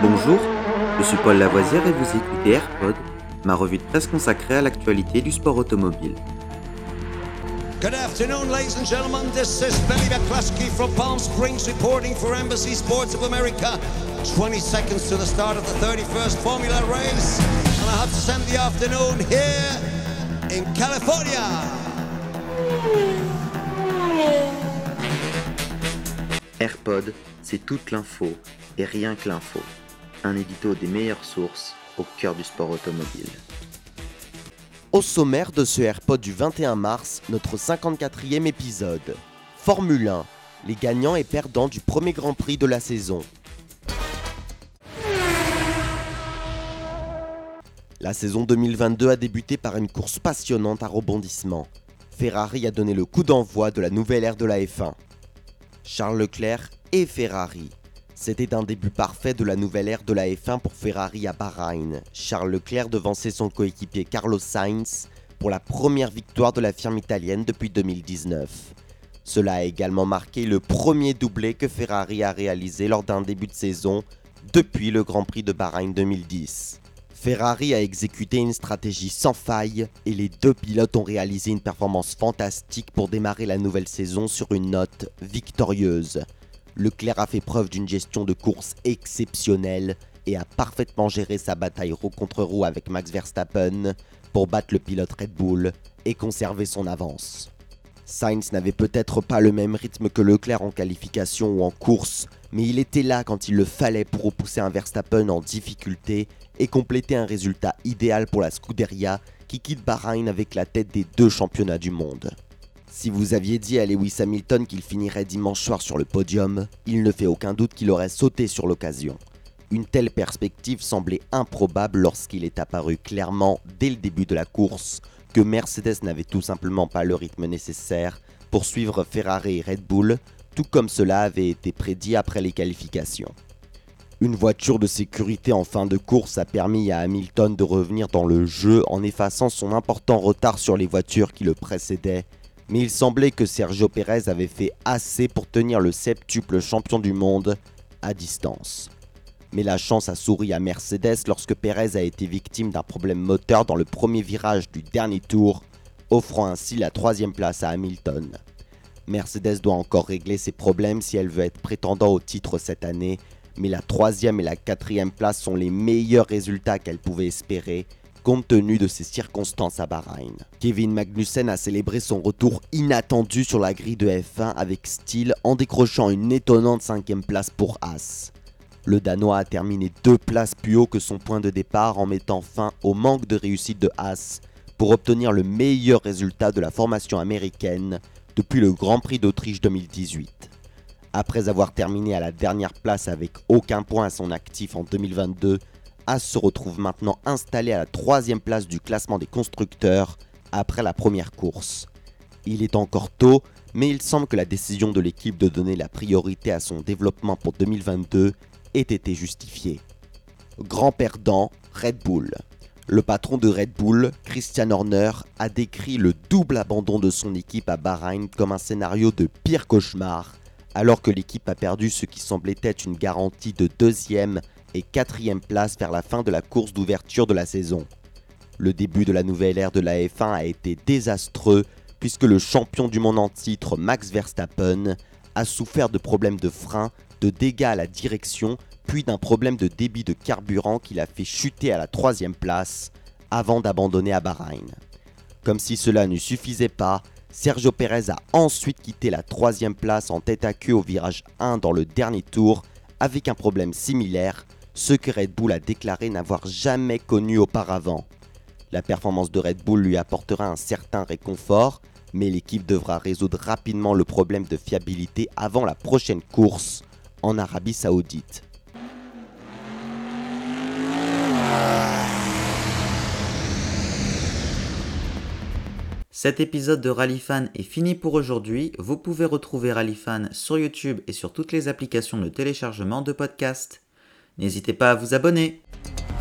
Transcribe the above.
Bonjour, je suis Paul Lavoisière et vous écoutez AirPod, ma revue de presse consacrée à l'actualité du sport automobile. Good afternoon, ladies and gentlemen. This is Billy McCluskey from Palm Springs reporting for Embassy Sports of America. 20 seconds to the start of the 31st Formula race. And I have to spend the afternoon here in California. AirPod, c'est toute l'info et rien que l'info. Un édito des meilleures sources au cœur du sport automobile. Au sommaire de ce AirPod du 21 mars, notre 54e épisode. Formule 1, les gagnants et perdants du premier Grand Prix de la saison. La saison 2022 a débuté par une course passionnante à rebondissements. Ferrari a donné le coup d'envoi de la nouvelle ère de la F1. Charles Leclerc et Ferrari. C'était un début parfait de la nouvelle ère de la F1 pour Ferrari à Bahreïn. Charles Leclerc devançait son coéquipier Carlos Sainz pour la première victoire de la firme italienne depuis 2019. Cela a également marqué le premier doublé que Ferrari a réalisé lors d'un début de saison depuis le Grand Prix de Bahreïn 2010. Ferrari a exécuté une stratégie sans faille et les deux pilotes ont réalisé une performance fantastique pour démarrer la nouvelle saison sur une note victorieuse. Leclerc a fait preuve d'une gestion de course exceptionnelle et a parfaitement géré sa bataille roue contre roue avec Max Verstappen pour battre le pilote Red Bull et conserver son avance. Sainz n'avait peut-être pas le même rythme que Leclerc en qualification ou en course, mais il était là quand il le fallait pour repousser un Verstappen en difficulté et compléter un résultat idéal pour la Scuderia qui quitte Bahreïn avec la tête des deux championnats du monde. Si vous aviez dit à Lewis Hamilton qu'il finirait dimanche soir sur le podium, il ne fait aucun doute qu'il aurait sauté sur l'occasion. Une telle perspective semblait improbable lorsqu'il est apparu clairement, dès le début de la course, que Mercedes n'avait tout simplement pas le rythme nécessaire pour suivre Ferrari et Red Bull, tout comme cela avait été prédit après les qualifications. Une voiture de sécurité en fin de course a permis à Hamilton de revenir dans le jeu en effaçant son important retard sur les voitures qui le précédaient, mais il semblait que Sergio Pérez avait fait assez pour tenir le septuple champion du monde à distance. Mais la chance a souri à Mercedes lorsque Pérez a été victime d'un problème moteur dans le premier virage du dernier tour, offrant ainsi la 3e place à Hamilton. Mercedes doit encore régler ses problèmes si elle veut être prétendant au titre cette année, mais la 3e et la 4e place sont les meilleurs résultats qu'elle pouvait espérer, compte tenu de ces circonstances à Bahreïn. Kevin Magnussen a célébré son retour inattendu sur la grille de F1 avec style en décrochant une étonnante 5e place pour Haas. Le Danois a terminé 2 places plus haut que son point de départ en mettant fin au manque de réussite de Haas pour obtenir le meilleur résultat de la formation américaine depuis le Grand Prix d'Autriche 2018. Après avoir terminé à la dernière place avec aucun point à son actif en 2022, Haas se retrouve maintenant installé à la 3e place du classement des constructeurs après la première course. Il est encore tôt, mais il semble que la décision de l'équipe de donner la priorité à son développement pour 2022 ait été justifiée. Grand perdant, Red Bull. Le patron de Red Bull, Christian Horner, a décrit le double abandon de son équipe à Bahreïn comme un scénario de pire cauchemar, alors que l'équipe a perdu ce qui semblait être une garantie de 2e et 4e place vers la fin de la course d'ouverture de la saison. Le début de la nouvelle ère de la F1 a été désastreux puisque le champion du monde en titre Max Verstappen a souffert de problèmes de frein, de dégâts à la direction, puis d'un problème de débit de carburant qui l'a fait chuter à la 3e place avant d'abandonner à Bahreïn. Comme si cela ne suffisait pas, Sergio Pérez a ensuite quitté la 3e place en tête à queue au virage 1 dans le dernier tour avec un problème similaire, ce que Red Bull a déclaré n'avoir jamais connu auparavant. La performance de Red Bull lui apportera un certain réconfort, mais l'équipe devra résoudre rapidement le problème de fiabilité avant la prochaine course en Arabie Saoudite. Cet épisode de Rallyfan est fini pour aujourd'hui. Vous pouvez retrouver Rallyfan sur YouTube et sur toutes les applications de téléchargement de podcasts. N'hésitez pas à vous abonner.